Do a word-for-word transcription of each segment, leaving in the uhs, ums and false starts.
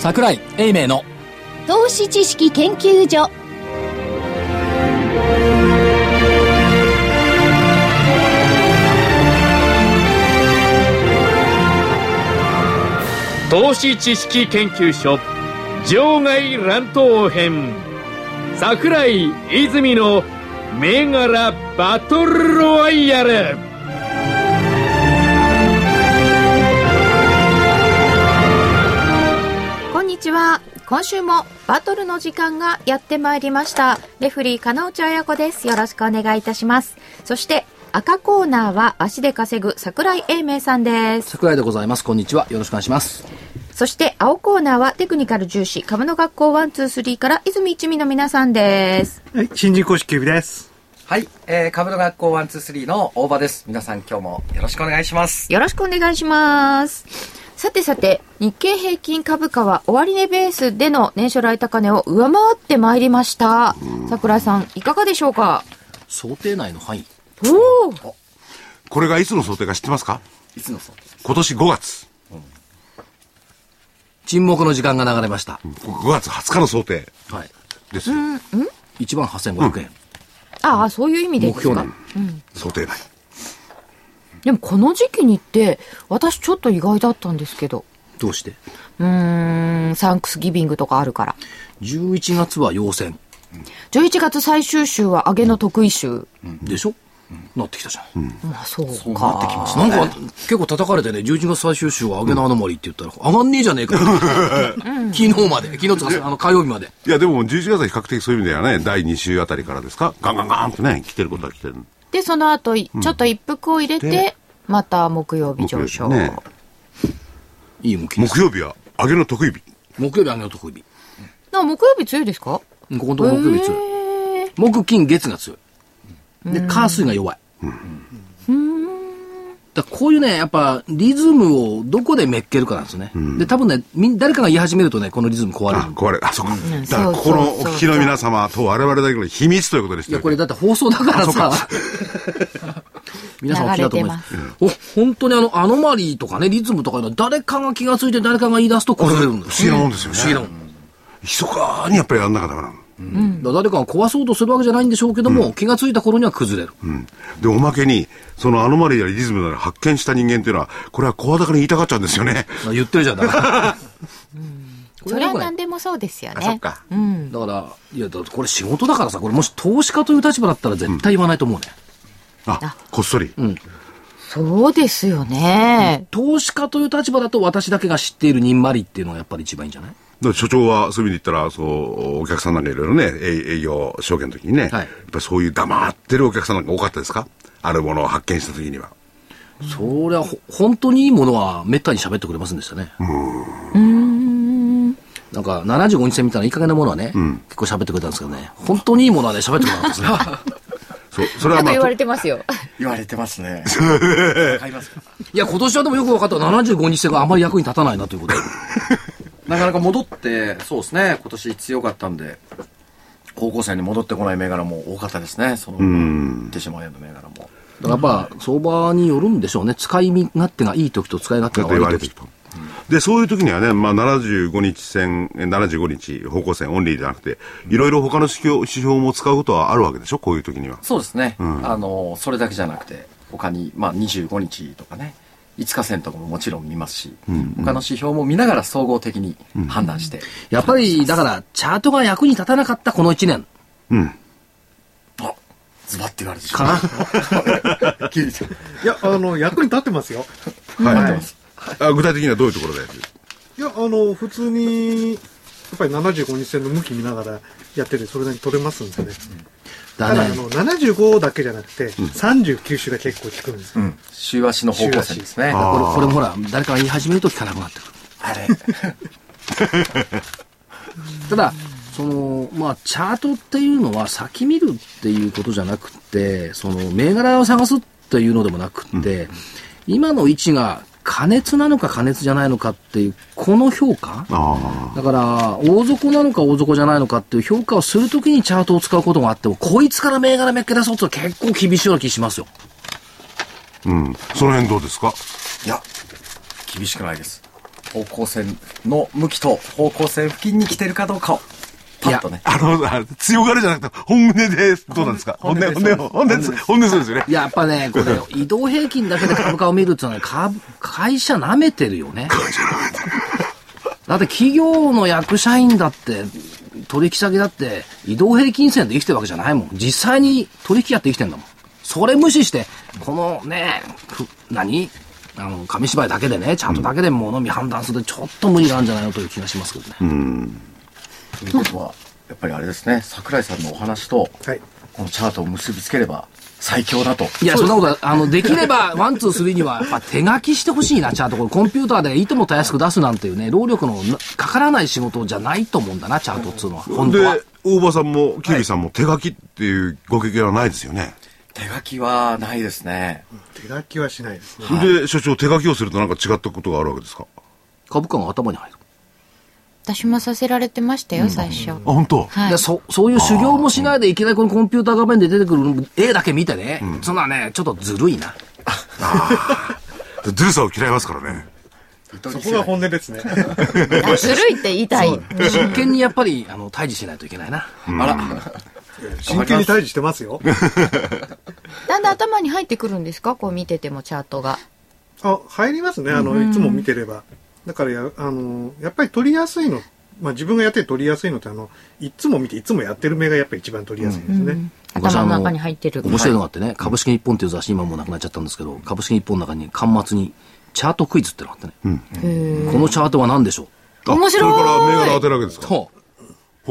櫻井英明の投資知識研究所。 投資知識研究所場外乱闘編、櫻井泉の銘柄バトルロワイヤル。 こんにちは。今週もバトルの時間がやってまいりました。レフリー金内彩子です。よろしくお願いいたします。そして赤コーナーは足で稼ぐ櫻井英明さんです。 櫻井でございます。こんにちは。よろしくお願いします。 そして青コーナーはテクニカル重視株の学校ワンツースリーから泉一味の皆さんです。 はい、新人講師キュービです。 はい、えー、株の学校ワンツースリーの大場です。皆さん今日もよろしくお願いします。 よろしくお願いします。さてさて、日経平均株価は終値ベースでの年初来高値を上回ってまいりました。櫻井さんいかがでしょうか。 想定内の範囲。 おお。 これがいつの想定か知ってますか。 いつの想定。 今年ごがつ、うん、 沈黙の時間が流れました。 ごがつはつかの想定、 はい、 ですよ。 うん、 いちまんはっせんごひゃくえん、うん、 ああ、そういう意味でですか。 目標年、 うん、想定内。 でもこの時期にって私ちょっと意外だったんですけど。 どうして。 うーん、サンクスギビングとかあるから。 じゅういちがつは陽線、 じゅういちがつ最終週は上げの得意週、 うん、でしょ、うん、なってきたじゃん、うん、 まあそうか、 そうなってきましたね。 なんか結構叩かれてね、じゅういちがつ最終週は上げのアノマリって言ったら、うん、上がんねえじゃねえかよ、うん、昨日まで昨日つかあの火曜日まで。 いやでもじゅういちがつは比較的そういう意味ではね、だいに週あたりからですか、ガンガンガンとね来てることは来てる。 でその後ちょっと一服を入れて、うん、また木曜日上昇、ね、 いい向きです。 木曜日は上げの得意日。 木曜日上げの得意日。 な木曜日強いですか。 ここのところ木曜日強い。木金月が強い。で火水が弱い。うん、だこういうね、やっぱリズムをどこでめっけるかなんですね、うん、で多分ね、誰かが言い始めるとね、このリズム壊れる。 あ、壊れる。あ、そこ、うん、だからここのお聞きの皆様と我々だけの秘密ということでした。 いやこれだって放送だからさ皆さんは気だと思います。お、本当にあのアノマリーとかね、リズムとかいうのは誰かが気がついて誰かが言い出すと壊れるんだよ。 不思議なもんですよね。 不思議なもん。 密かにやっぱりやんなかったから。 うん、だ誰かが壊そうとするわけじゃないんでしょうけども、うん、気がついた頃には崩れる、うん、 でおまけにそのアノマリーやリズムなら発見した人間っていうのはこれは声高に言いたがっちゃうんですよね。 言ってるじゃんだから、 うん、それは何でもそうですよね。 あ、そっか、 うん、 だからいやだこれ仕事だからさ、これもし投資家という立場だったら絶対言わないと思うね、 うん、あこっそり、うん、 そうですよね、 うん、投資家という立場だと私だけが知っているにんまりっていうのがやっぱり一番いいんじゃない。 所長はそういう意味で言ったらそうお客さんなんかいろいろね営業証券の時にね、はい、やっぱりそういう黙ってるお客さんなんか多かったですか。あるものを発見した時には。 そりゃ本当にいいものはめったに喋ってくれませんでしたね。うーんなんかななじゅうごにち線みたいないい加減なものはね、うん、結構喋ってくれたんですけどね、本当にいいものはね喋ってくれなかったですねそうそれはまあ言われてますよ言われてますね買いますか。 いや今年はでもよく分かった。ななじゅうごにち線があまり役に立たないなということでなかなか戻って、そうですね、今年強かったんで方向線に戻ってこない銘柄も多かったですね。その売ってしまうような銘柄も。 だからやっぱ相場によるんでしょうね。使い勝手がいい時と使い勝手が悪い時と。 でそういう時にはね、まあ、ななじゅうごにち線ななじゅうごにち方向線オンリーじゃなくていろいろ他の指標、指標も使うことはあるわけでしょ、こういう時には。 そうですね、うん、あのそれだけじゃなくて他に、まあ、にじゅうごにちとかねいつか線とかももちろん見ますし、うんうん、他の指標も見ながら総合的に判断して、うん、 やっぱりだからチャートが役に立たなかったこのいちねん、うん、 あズバッて言われてしまうかないやあの役に立ってますよ。 はい、はい、あ具体的にはどういうところで。 いやあの普通にやっぱりななじゅうごにち線の向き見ながらやっててそれなりに取れますんでね、うん、だからあのななじゅうごだけじゃなくて、うん、さんじゅうきゅう週が結構効くんですよ、うん、 週足の方向線ですね。 これ、これもほら誰かが言い始めると効かなくなってくるあれただそのまあチャートっていうのは先見るっていうことじゃなくて、その銘柄を探すっていうのでもなくて、うん、今の位置が過熱なのか過熱じゃないのかっていうこの評価だから大底なのか大底じゃないのかっていう評価をするときにチャートを使うことがあっても、こいつから銘柄めっけ出そうと結構厳しいような気しますよ。 うん、その辺どうですか。 いや厳しくないです。 方向線の向きと方向線付近に来てるかどうかをパッとね。 あの、あの強がるじゃなくて、本音で、どうなんですか？本音、本音、本音、本音そうですよね。 やっぱね、これ、移動平均だけで株価を見るっていうのは、株会社舐めてるよね。 会社舐めてる。 だって企業の役社員だって、取引先だって、移動平均線で生きてるわけじゃないもん。実際に取引やって生きてんだもん。それ無視して、このね、何あの、紙芝居だけでね、チャートだけで物見判断するとちょっと無理があるんじゃないのという気がしますけどね。 うん。 ということは、やっぱりあれですね、櫻井さんのお話と、はい、このチャートを結びつければ最強だと。 いや、そんなことは、あの、できれば、ワン、ツー、スリーには、やっぱ手書きしてほしいな、チャート。これ、コンピューターでいともたやすく出すなんていうね、労力のかからない仕事じゃないと思うんだな、チャートっていうのは。本当は。 で、大場さんも、キュウリさんも手書きっていうご経験はないですよね。 手書きはないですね。 手書きはしないですね。 それで、所長、手書きをするとなんか違ったことがあるわけですか？ 株価が頭に入る。 私もさせられてましたよ、うん、最初。あ、 本当？ はい。 でそ、そういう修行もしないでいきなりこのコンピューター画面で出てくる絵だけ見てね、うん、そんなね、ちょっとずるいな。 ああ。ずるさを嫌いますからね。 そこが本音ですね。 ずるいって言いたい。 真剣にやっぱり、あの、対峙しないといけないな。 うん、あら。 真剣に対峙してますよ。 だんだん頭に入ってくるんですか？こう見ててもチャートが。 あ、入りますね。あの、いつも見てれば。だからや、あの、やっぱり取りやすいの、まあ自分がやって取りやすいのって、あの、いつも見て、いつもやってる目がやっぱり一番取りやすいですね。うんうん、 頭の中に入ってる。 面白いのがあってね、はい、株式日本っていう雑誌今もうなくなっちゃったんですけど、株式日本の中に端末にチャートクイズってのがあってね。うん、このチャートは何でしょう？面白い。 それから銘柄当てるわけですか？ そう。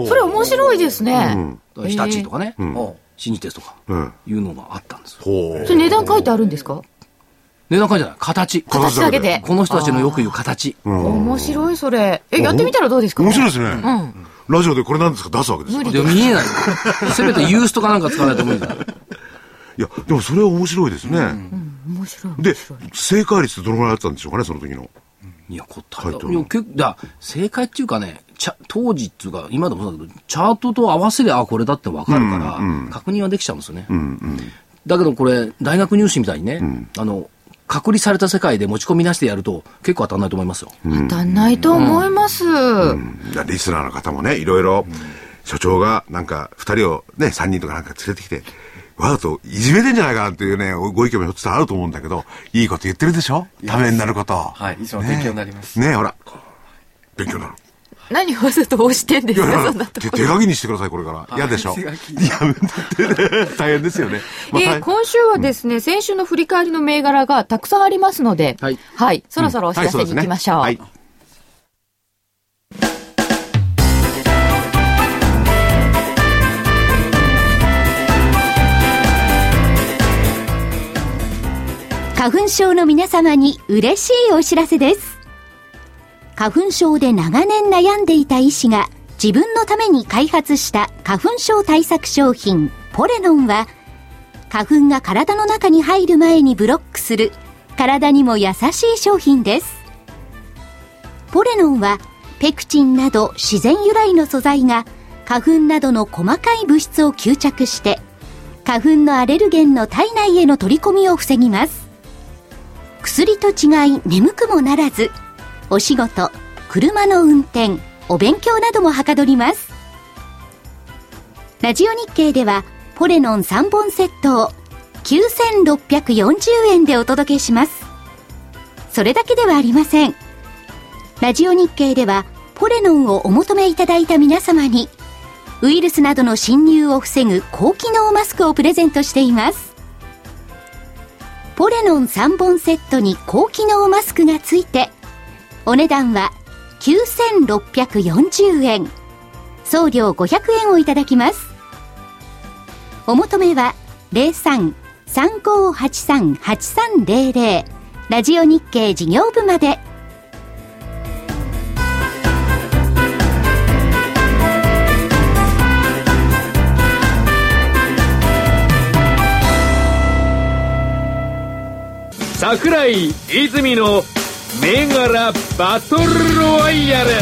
それ面白いですね。 うん、日立とかね、うん、新日鉄とか、いうのがあったんですよ。 それ値段書いてあるんですか？ 値段書いてない。形。 形だけで。 この人たちのよく言う形。 面白い、それ。え、やってみたらどうですか？ 面白いですね。うん。ラジオでこれなんですか出すわけですか？ いや、見えない。せめてユースとかなんか使わないと無理だ。いや、でもそれは面白いですね。うん、 面白い。 で、正解率ってどのぐらいあったんでしょうかね、その時の。 いや、答えいや、結構、正解っていうかね、当時っていうか、今でもそうだけど、チャートと合わせりゃ、あ、これだって分かるから、うんうん、確認はできちゃうんですよね。うんうん、だけどこれ、大学入試みたいにね、うん、あの、隔離された世界で持ち込みなしでやると結構当たんないと思いますよ。 うん、当たんないと思います、うんうん、リスナーの方もね、いろいろ、うん、所長がなんかふたりをね、さんにんとかなんか連れてきてわざといじめてんじゃないかなっていうね、ご意見もひょっとしたらあると思うんだけど、いいこと言ってるでしょ、ためになること。 はい、いつも勉強になります。 ねえ、ほら、勉強になる。 何わざと押してんですか？いやいや、そんなとこ手書きにしてください、これから。嫌でしょ。やめて、大変ですよね。 まあ、えー、今週はですね、うん、先週の振り返りの銘柄がたくさんありますので、はい、はい、そろそろお知らせに行きましょう。うん、はい、そうですね。 はい。花粉症の皆様に嬉しいお知らせです。花粉症で長年悩んでいた医師が自分のために開発した花粉症対策商品ポレノンは、花粉が体の中に入る前にブロックする体にも優しい商品です。ポレノンはペクチンなど自然由来の素材が花粉などの細かい物質を吸着して花粉のアレルゲンの体内への取り込みを防ぎます。薬と違い眠くもならず、お仕事、車の運転、お勉強などもはかどります。ラジオ日経ではポレノンさんぼんセットをきゅうせんろっぴゃくよんじゅうえんでお届けします。それだけではありません。ラジオ日経ではポレノンをお求めいただいた皆様にウイルスなどの侵入を防ぐ高機能マスクをプレゼントしています。ポレノンさんぼんセットに高機能マスクがついてお値段はきゅうせんろっぴゃくよんじゅうえん、送料ごひゃくえんをいただきます。お求めは ゼロさん さんごーはちさん はちさんゼロゼロ ラジオ日経事業部まで。 桜井泉の銘柄バトルロワイヤル。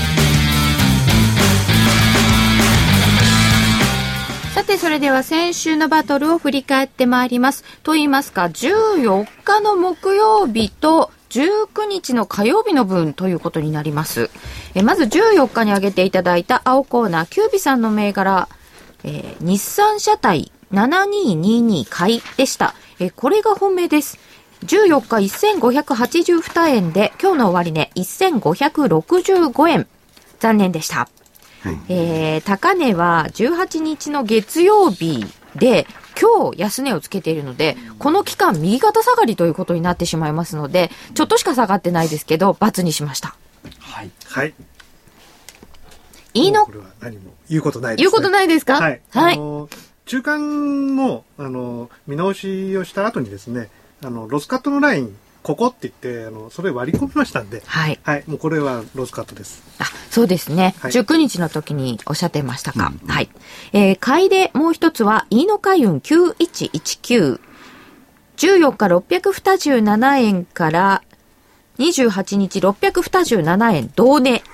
さて、それでは先週のバトルを振り返ってまいります。と言いますか、じゅうよっかの木曜日とじゅうくにちの火曜日の分ということになります。えまずじゅうよっかに挙げていただいた青コーナー、キュービさんの銘柄、えー、日産車体ななにーにーにー買いでした。えこれが本命です。じゅうよっかせんごひゃくはちじゅうにえんで、今日の終値せんごひゃくろくじゅうごえん。残念でした。はい、えー、高値はじゅうはちにちの月曜日で、今日安値をつけているので、この期間右肩下がりということになってしまいますので、ちょっとしか下がってないですけど、×にしました。 はい。 はい。 いいの？ これは何も言うことないです、ね。 言うことないですか？ はい。 はい。 あの中間の、あの、見直しをした後にですね、あの、ロスカットのライン、ここって言って、あの、それ割り込みましたんで、 はい。 はい。もうこれはロスカットです。 あ、そうですね。はい、じゅうくにちの時におっしゃってましたか。うん、はい。えー、買いでもう一つは、飯野海運きゅういちいちきゅう。じゅうよっかろっぴゃくにじゅうななえんからにじゅうはちにちろっぴゃくにじゅうななえん、同値。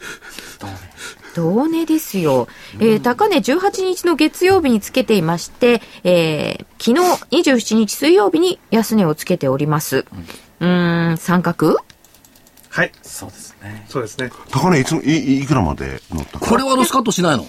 同値ですよ。えー、高値じゅうはちにちの月曜日につけていまして、えー、昨日にじゅうしちにち水曜日に安値をつけております。うーん、三角？ はい。 そうですね。 そうですね。 高値いつも、い、いくらまで乗ったか。 これはロスカットしないの？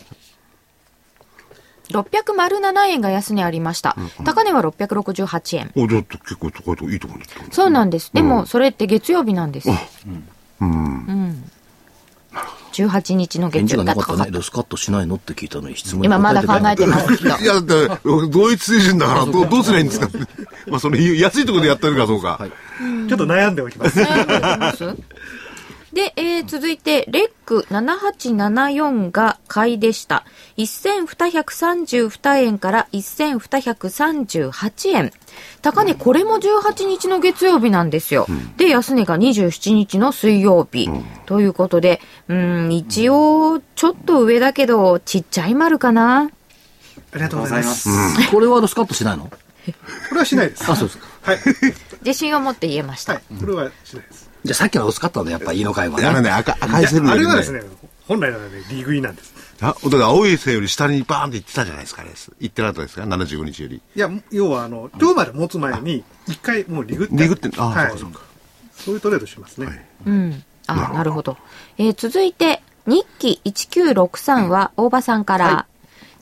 ろっぴゃくななえんが安値ありました。うんうん、高値はろっぴゃくろくじゅうはちえん。 お、だって結構高いといいところだった。 そうなんです。でも、それって月曜日なんです。 うん。うん。うんじゅうはちにちの月曜日がなかったね。ロスカットしないのって聞いたのに質問に今まだ考えてますけど。 いや、だって、同一水準だからどう、どうすりゃいいんですかまあ、その安いところでやってるかどうか。はい、 ちょっと悩んでおきます。 悩んでおきますで、えー、続いて、レックななはちななよんが買いでした。せんにひゃくさんじゅうにえんからせんにひゃくさんじゅうはちえん。高値、これもじゅうはちにちの月曜日なんですよ。うん、で、安値がにじゅうしちにちの水曜日。うん、ということで、うん、一応、ちょっと上だけど、ちっちゃい丸かな。 ありがとうございます。 うん、これはロスカットしないの？これはしないです。 あ、そうですか。 はい。 自信を持って言えました。はい、 これはしないです。 じゃあさっきのロスカットはね、やっぱりいいのかいはね。 あのね、赤、赤い線の、 ね、あれはですね、本来ならね、リーグイなんです。 あ、だから青い線より下にバーンっていってたじゃないですかね。いってなかったですか ?ななじゅうごにちより。 いや、要はあの、今日まで持つ前に、一回もうリグって。 リグって、あ、 はい、 そうかそうか。 そういうトレードしますね。はい、 うん。あ、なるほど。えー、続いて、日記いちきゅうろくさんは、大場さんから、はい、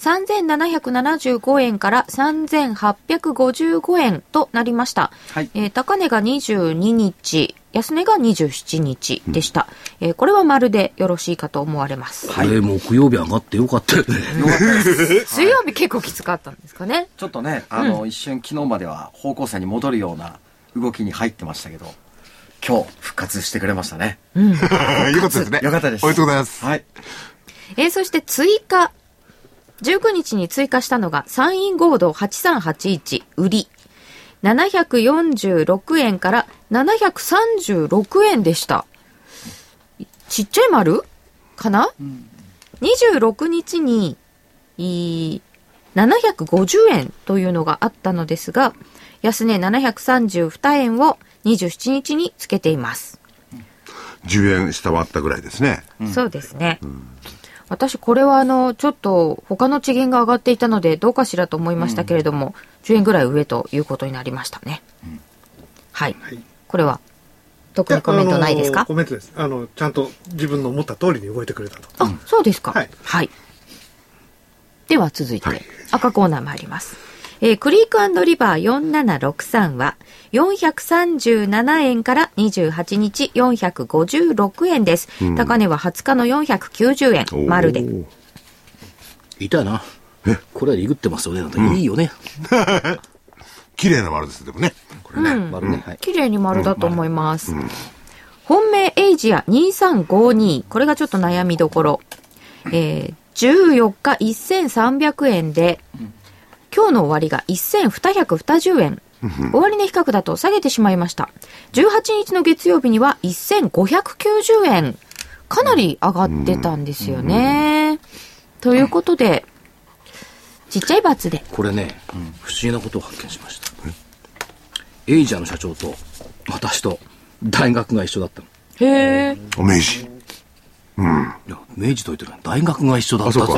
さんぜんななひゃくななじゅうごえんからさんぜんはっぴゃくごじゅうごえんとなりました。はい、えー、高値がにじゅうににち、安値がにじゅうしちにちでした。うん、えー、これは丸でよろしいかと思われます。 はい。木曜日上がってよかったよね。 水曜日結構きつかったんですかね。 ちょっとね、あの、うん、一瞬昨日までは方向性に戻るような動きに入ってましたけど、今日復活してくれましたね。 うん。 よかったですね。 よかったです。 おめでとうございます。 はい。 えー、そして追加。じゅうくにちに追加したのがサンインゴードはちさんはちいち売りななひゃくよんじゅうろくえんからななひゃくさんじゅうろくえんでした。ちっちゃい丸かな、うん、にじゅうろくにちにななひゃくごじゅうえんというのがあったのですが、安値ななひゃくさんじゅうにえんをにじゅうしちにちにつけています。 じゅうえん下回ったぐらいですね。 うん、そうですね。うん、私これはあのちょっと他の地銀が上がっていたのでどうかしらと思いましたけれども、うん、じゅうえんぐらい上ということになりましたね。うん、はい、はい。これは特にコメントないですか？ コメントです。あのちゃんと自分の思った通りに動いてくれたと。 あ、うん、そうですか。 はい。 はい、では続いて、はい、赤コーナー参ります。えー、クリーク&リバーよんななろくさんはよんひゃくさんじゅうななえんからにじゅうはちにちよんひゃくごじゅうろくえんです。うん、高値ははつかのよんひゃくきゅうじゅうえん。丸で。 痛いな。えこれはリグってますよね。なんかいいよね。 綺麗な丸です。でもね。これね。 うん、 丸ね。はい。 綺麗に丸だと思います。うん、本命エイジアにさんごに。これがちょっと悩みどころ。えー、じゅうよっかせんさんびゃくえんで、うん今日の終わりがせんにひゃくにじゅうえん。終値比較だと下げてしまいました。じゅうはちにちの月曜日にはせんごひゃくきゅうじゅうえん。かなり上がってたんですよね。ということで、ちっちゃい罰で。 これね、うん、不思議なことを発見しました。エイジャーの社長と私と大学が一緒だったの。 へー。 明治。 うん。いや、明治と言ってるの大学が一緒だったって。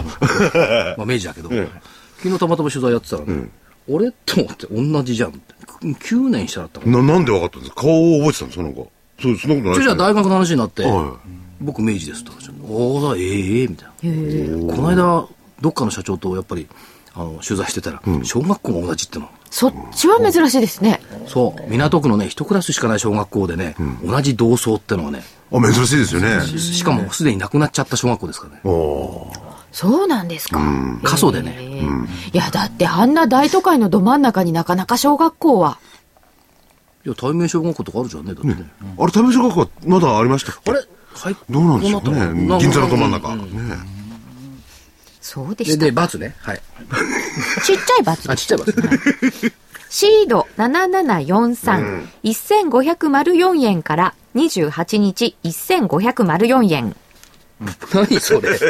まあ明治だけど。ええ昨日たまたま取材やってたらね、うん、俺と思って同じじゃんってきゅうねん下だったからな。なんで分かったんですか？顔を覚えてたのその後。 そう、そんなことないですね。 じゃあ大学の話になって、 はい、 僕明治ですと。おー、ええー、みたいな。この間、どっかの社長とやっぱり、あの、取材してたら、うん、小学校が同じっての。 そっちは珍しいですね。 そう。港区のね、一クラスしかない小学校でね、うん、同じ同窓ってのはね。 あ、珍しいですよね。 しかもすでに亡くなっちゃった小学校ですからね。 おそうなんですか。うん、 過疎でね、 うん。いや、だってあんな大都会のど真ん中になかなか小学校は。 いや、対面小学校とかあるじゃんね、だってね。ねあれ、対面小学校はまだありましたっけ？ あれはい。 どうなんでしょうね。銀座のど真ん中。うん、ね。 そうでした。 で、で、バツね。はい。 ちっちゃいバツ。 あ、ちっちゃいバツ。 シードななななよんさん、うん、せんごひゃくよんえんからにじゅうはちにちせんごひゃくよんえん。 何それ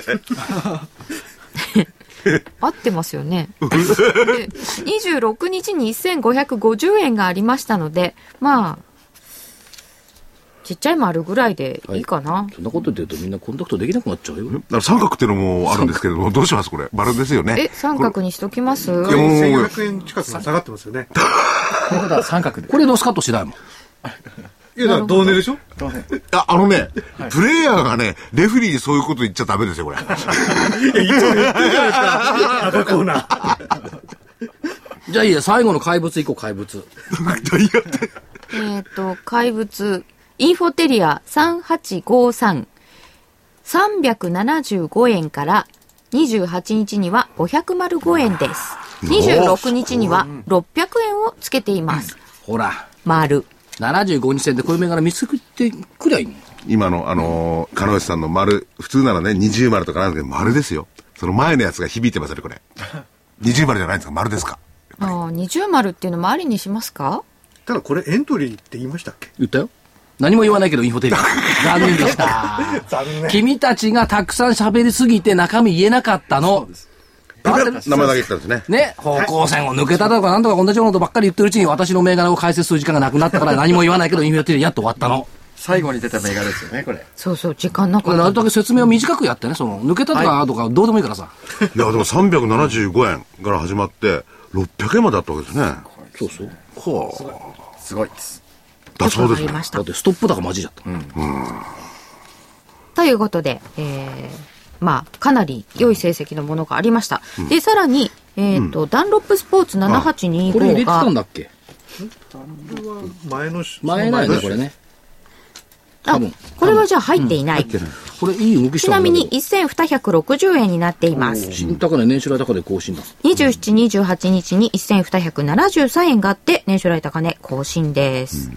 合ってますよね。にじゅうろくにちにせんごひゃくごじゅうえんがありましたので、まあちっちゃい丸ぐらいでいいかな、はい、 そんなこと言ってるとみんなコンタクトできなくなっちゃうよ。 だから三角っていうのもあるんですけれども、どうしますこれ？丸ですよね。 え、三角にしときます？ せんごひゃくえん近く下がってますよね。 三角で。 これロスカットしないもん。 いや、だから同値でしょ？ あ、あのね、はい、プレイヤーがね、レフェリーにそういうこと言っちゃダメですよ、これ。いや、いつも言ってるじゃないですか。赤コーナー。 じゃあいいや、最後の怪物いこう、怪物。 えっと、怪物。インフォテリアさんはちごさん、さんびゃくななじゅうごえんからにじゅうはちにちにはごひゃくごえんです。にじゅうろくにちにはろっぴゃくえんをつけています。 ほら。 丸。 ななじゅうごにち線でこういう銘柄見つけてくりゃいいの。 今の、あのー、金内さんの丸、普通ならね、二重丸とかなんだけど、丸ですよ。その前のやつが響いてますね、これ。二重丸じゃないんですか、丸ですか。 ああ、二重丸っていうのもありにしますか？ ただこれエントリーって言いましたっけ？ 言ったよ。何も言わないけどインフォテリア。残念でした。残念。君たちがたくさん喋りすぎて中身言えなかったの。 名前だけ言ったんですね。 ね、方向線を抜けたとかなんとか同じようなことばっかり言ってるうちに私の銘柄を解説する時間がなくなったから何も言わないけどインフォテリアやっと終わったの。 最後に出た銘柄ですよね、これ。 そうそう、時間なかった。 これなるだけ説明を短くやってね、その抜けたとかとかどうでもいいからさ。 はい、いやでもさんびゃくななじゅうごえんから始まってろっぴゃくえんまであったわけですね。 そうそう。 はあ、すごいです。 だそうですね。 だってストップ高マジだった。うん。うん、 ということで、えー、まあかなり良い成績のものがありました。うん、でさらにえっ、ー、と、うん、ダンロップスポーツななはちにごがこれ入れてたんだっけ？ 前の前なんだこれね。 あ、これはじゃあ入っていない。 うん、入ってない。これいい動きしたんだ。 ちなみにせんにひゃくろくじゅうえんになっています。 新高値年初来高値更新だ。 にじゅうしち、にじゅうはちにちにせんにひゃくななじゅうさんえんがあって年初来高値更新です。うん、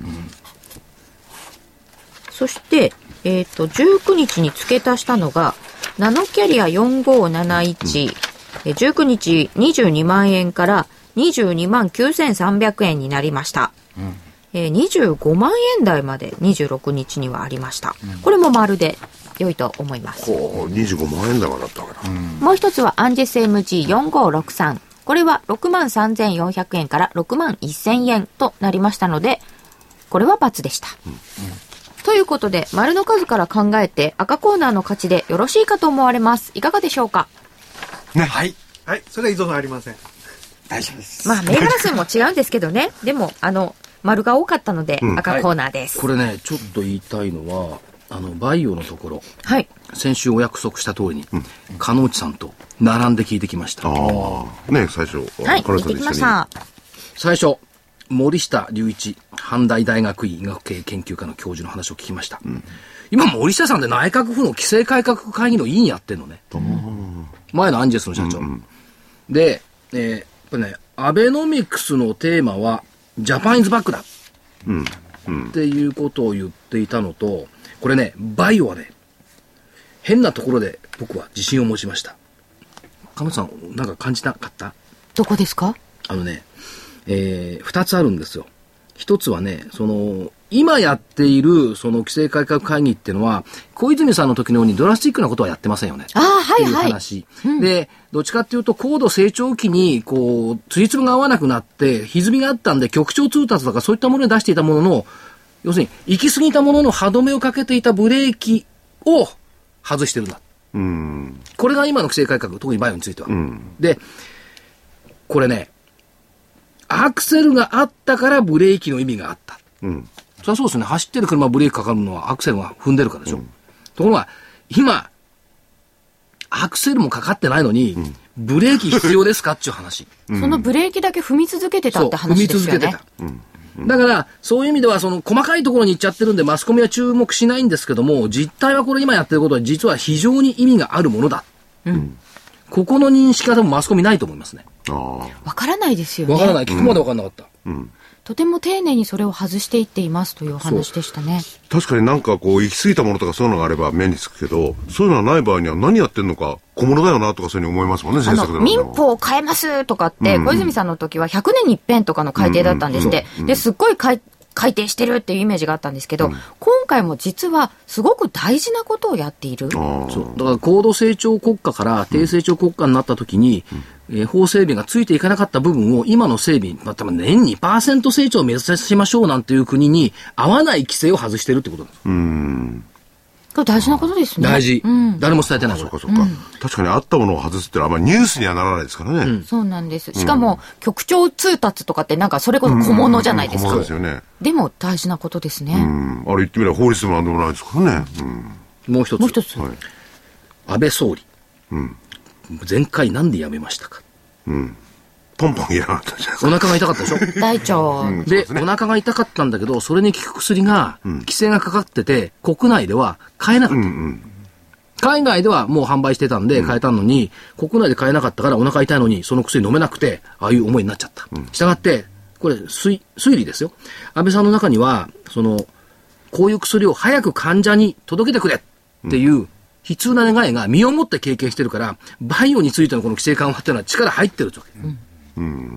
そして、えっと、じゅうくにちに付け足したのが、ナノキャリアよんごなないち、うん、じゅうくにちにじゅうにまんえんからにじゅうにまんきゅうせんさんびゃくえんになりました。うんえー、にじゅうごまんえん台までにじゅうろくにちにはありました。うん、これも丸で良いと思います。 ほう、にじゅうごまんえん台までだったわけだ。うん、 もう一つはアンジェス エムジーよんごろくさん。これはろくまんさんぜんよんひゃくえんからろくまんせんえんとなりましたので、これは×でした。うんうん、ということで、丸の数から考えて赤コーナーの勝ちでよろしいかと思われます。いかがでしょうか？ ね。 はい。はい。それは依存ありません。 大丈夫です。 まあ、銘柄数も違うんですけどね。でも、あの、丸が多かったので、うん、赤コーナーです、 はい。これね、ちょっと言いたいのは、あの、バイオのところ。 はい。 先週お約束した通りに、うん、鹿野内さんと並んで聞いてきました。 ああ。ね、最初。 はい、聞いてきました。 最初、森下隆一、阪大大学院医学系研究科の教授の話を聞きました。うん、今、森下さんで内閣府の規制改革会議の委員やってんのね。うん、前のアンジェスの社長。うんうん、で、えー、やっぱね、アベノミクスのテーマは、ジャパンイズバックだ、うんうん、っていうことを言っていたのと、これね、バイオはね、変なところで僕は自信を持ちました。鹿野さん、なんか感じなかった？ どこですか？ あのね、えー、二つあるんですよ。一つはね、その、今やっているその規制改革会議っていうのは、小泉さんの時のようにドラスティックなことはやってませんよね。 ああ、はいはい。っていう話。うん、で、どっちかっていうと、高度成長期に、こう、つりつぶが合わなくなって、歪みがあったんで、局長通達とかそういったものに出していたものの、要するに、行き過ぎたものの歯止めをかけていたブレーキを外してるんだ。うん、これが今の規制改革、特にバイオについては。うん、で、これね、アクセルがあったからブレーキの意味があった。うんそりゃそうですね。走ってる車ブレーキかかるのはアクセルが踏んでるからでしょ。うん、ところが、今、アクセルもかかってないのに、うん、ブレーキ必要ですかっていう話。 うん、そのブレーキだけ踏み続けてたって話ですよね。踏み続けてた。 うんうん、だから、そういう意味では、その細かいところに行っちゃってるんで、マスコミは注目しないんですけども、実態はこれ今やってることは実は非常に意味があるものだ。うん、ここの認識は多分マスコミないと思いますね。 わからないですよね。 わからない。聞くまでわかんなかった。うんうんとても丁寧にそれを外していっていますというお話でしたね。 確かになんかこう行き過ぎたものとかそういうのがあれば目につくけど、そういうのはない場合には何やってんのか小物だよなとかそういうふうに思いますもんね。 あの民法を変えますとかって、うん、小泉さんの時はひゃくねんに一遍とかの改定だったんですって、うんうん、ですっごい改改定してるっていうイメージがあったんですけど、うん、今回も実はすごく大事なことをやっている。 そうだから高度成長国家から低成長国家になった時に、うんえー、法整備がついていかなかった部分を今の整備、まあ、多分年 にパーセント 成長を目指しましょうなんていう国に合わない規制を外してるってことなんです。 うーんこれ大事なことですね。 大事、うん、誰も伝えてない。 そうかそうか、うん、確かにあったものを外すってのはあんまりニュースにはならないですからね、うん、 そうなんです。しかも、うん、局長通達とかってなんかそれこそ小物じゃないですか、 うんうんうん、小物ですよね。 でも大事なことですね、 うん、あれ言ってみれば法律でもなんでもないですからね、 うん、もう一つもう一つ、はい、 安倍総理、うん、前回なんで辞めましたか。 うんポンポンいらなかったじゃないですか。 お腹が痛かったでしょ大腸、うん、 で、ね、お腹が痛かったんだけど、それに効く薬が、うん、規制がかかってて国内では買えなかった、うんうん、海外ではもう販売してたんで買えたのに、うん、国内で買えなかったからお腹痛いのにその薬飲めなくてああいう思いになっちゃった、うん、したがってこれ推推理ですよ。安倍さんの中にはそのこういう薬を早く患者に届けてくれっていう、うん悲痛な願いが身をもって経験してるから、バイオについてのこの規制緩和っていうのは力入ってるってわけ、うんうん、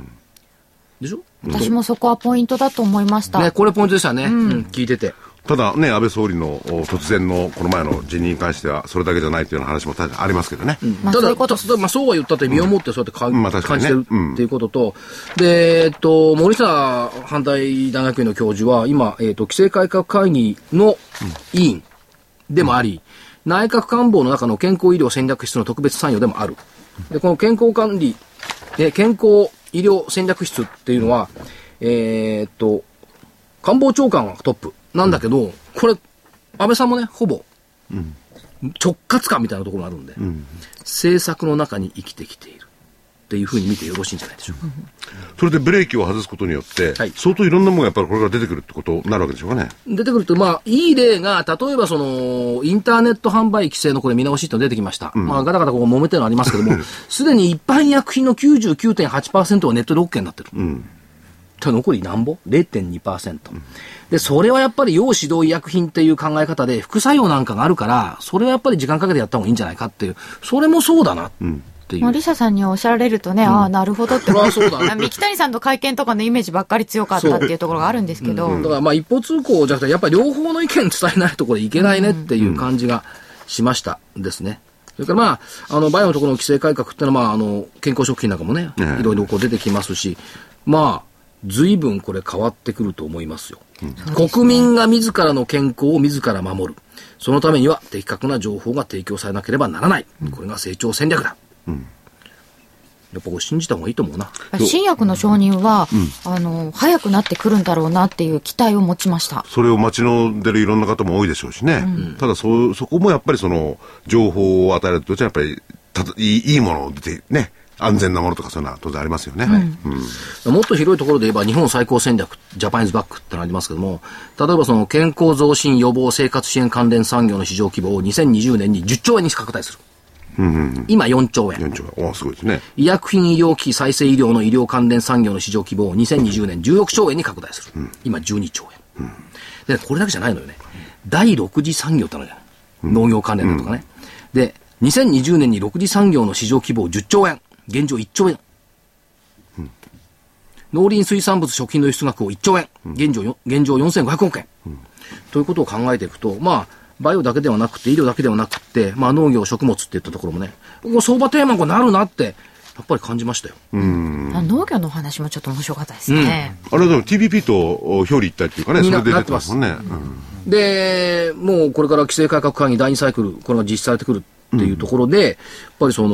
でしょ。 私もそこはポイントだと思いました、 ね、これポイントでしたね、うんうん、聞いてて。 ただね安倍総理の突然のこの前の辞任に関してはそれだけじゃないというような話もありますけどね、うんまあ、ただそういうこと、まあ、そうは言ったって身をもってそうやってか、うんまあね、感じてるっていうことと、うん、で、えっと、森下反対大学院の教授は今、えっと、規制改革会議の委員でもあり、うん内閣官房の中の健康医療戦略室の特別参与でもある。で、この健康管理、え健康医療戦略室っていうのは、えー、っと、官房長官がトップなんだけど、うん、これ、安倍さんもね、ほぼ、直轄官みたいなところがあるんで、うん、政策の中に生きてきているっていうふうに見てよろしいんじゃないでしょうか。 それでブレーキを外すことによって、はい、相当いろんなものがやっぱりこれから出てくるってことになるわけでしょうかね。 出てくると、まあ、いい例が、例えばその、インターネット販売規制のこれ見直しっての出てきました。うん、まあ、ガタガタここ揉めてるのありますけども、すでに一般医薬品の きゅうじゅうきゅうてんはちパーセント はネットで OK になってる。うん、残りなんぼ れいてんにパーセント、うん。で、それはやっぱり要指導医薬品っていう考え方で、副作用なんかがあるから、それはやっぱり時間かけてやった方がいいんじゃないかっていう、それもそうだな。うん森下さんにおっしゃられるとね、うん、ああなるほどってそうだ、ね、三木谷さんの会見とかのイメージばっかり強かったっていうところがあるんですけど、 うん、だからまあ一方通行じゃなくてやっぱり両方の意見伝えないとこれいけないねっていう感じがしましたですね。それからまああのバイオのところの規制改革っていうのはまああの健康食品なんかもね、うん、いろいろこう出てきますし、まあ随分これ変わってくると思いますよ、うん、国民が自らの健康を自ら守る、そのためには的確な情報が提供されなければならない、うん、これが成長戦略だ、うんやっぱこれ信じた方がいいと思うな。 新薬の承認は、うん、あの早くなってくるんだろうなっていう期待を持ちました。 それを待ち望んでるいろんな方も多いでしょうしね、うん、ただ そ, そこもやっぱりその情報を与えるとやっぱりたいい, いいものを出てね安全なものとかそういうのは当然ありますよね、うんうん、もっと広いところで言えば日本最高戦略ジャパニーズバックってのありますけども、例えばその健康増進予防生活支援関連産業の市場規模をにせんにじゅうねんにじゅっちょうえんに拡大する。うんうんうん、今よんちょうえん。 よんちょうえん。おすごいですね。 医薬品医療機器再生医療の医療関連産業の市場規模をにせんにじゅうねんじゅうろくちょうえんに拡大する。うん、今じゅうにちょうえん、うん。で、これだけじゃないのよね。だいろく次産業ってのじゃない、うん、農業関連だとかね、うん。で、にせんにじゅうねんにろく次産業の市場規模をじゅっちょうえん。現状いっちょうえん。うん、農林水産物食品の輸出額をいっちょうえん。現状、現状よんせんごひゃくおくえん、うん。ということを考えていくと、まあ、バイオだけではなくて、医療だけではなくて、まあ農業、食物っていったところもね、ここ相場テーマになるなって、やっぱり感じましたよ。 うん農業の話もちょっと面白かったですね。 うん、あれでも ティービーピー と表裏一体っていうかね、それで出てますもんね。 うん、で、もうこれから規制改革会議だいにサイクル、これが実施されてくるっていうところで、うん、やっぱりその、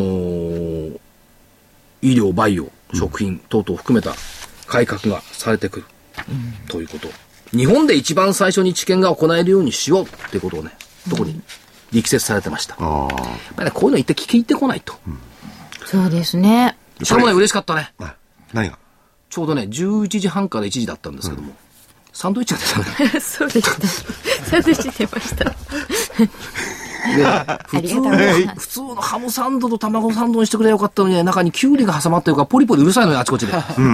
医療、バイオ、食品等々含めた改革がされてくる、うん、ということ。 日本で一番最初に治験が行えるようにしようってことをね、特に力説されてました。うん、やっぱりね、こういうの言って聞いてこないと。うん、 そうですね。 しかもね、嬉しかったね。 何がちょうどね、じゅういちじはんからいちじだったんですけども、うん、サンドイッチが出たね。 そうでした。サンドイッチ出ました。 で普通の、普通のハムサンドと卵サンドにしてくれよかったのに、ね、中にキュウリが挟まってるからポリポリうるさいのよ、あちこちで。うん。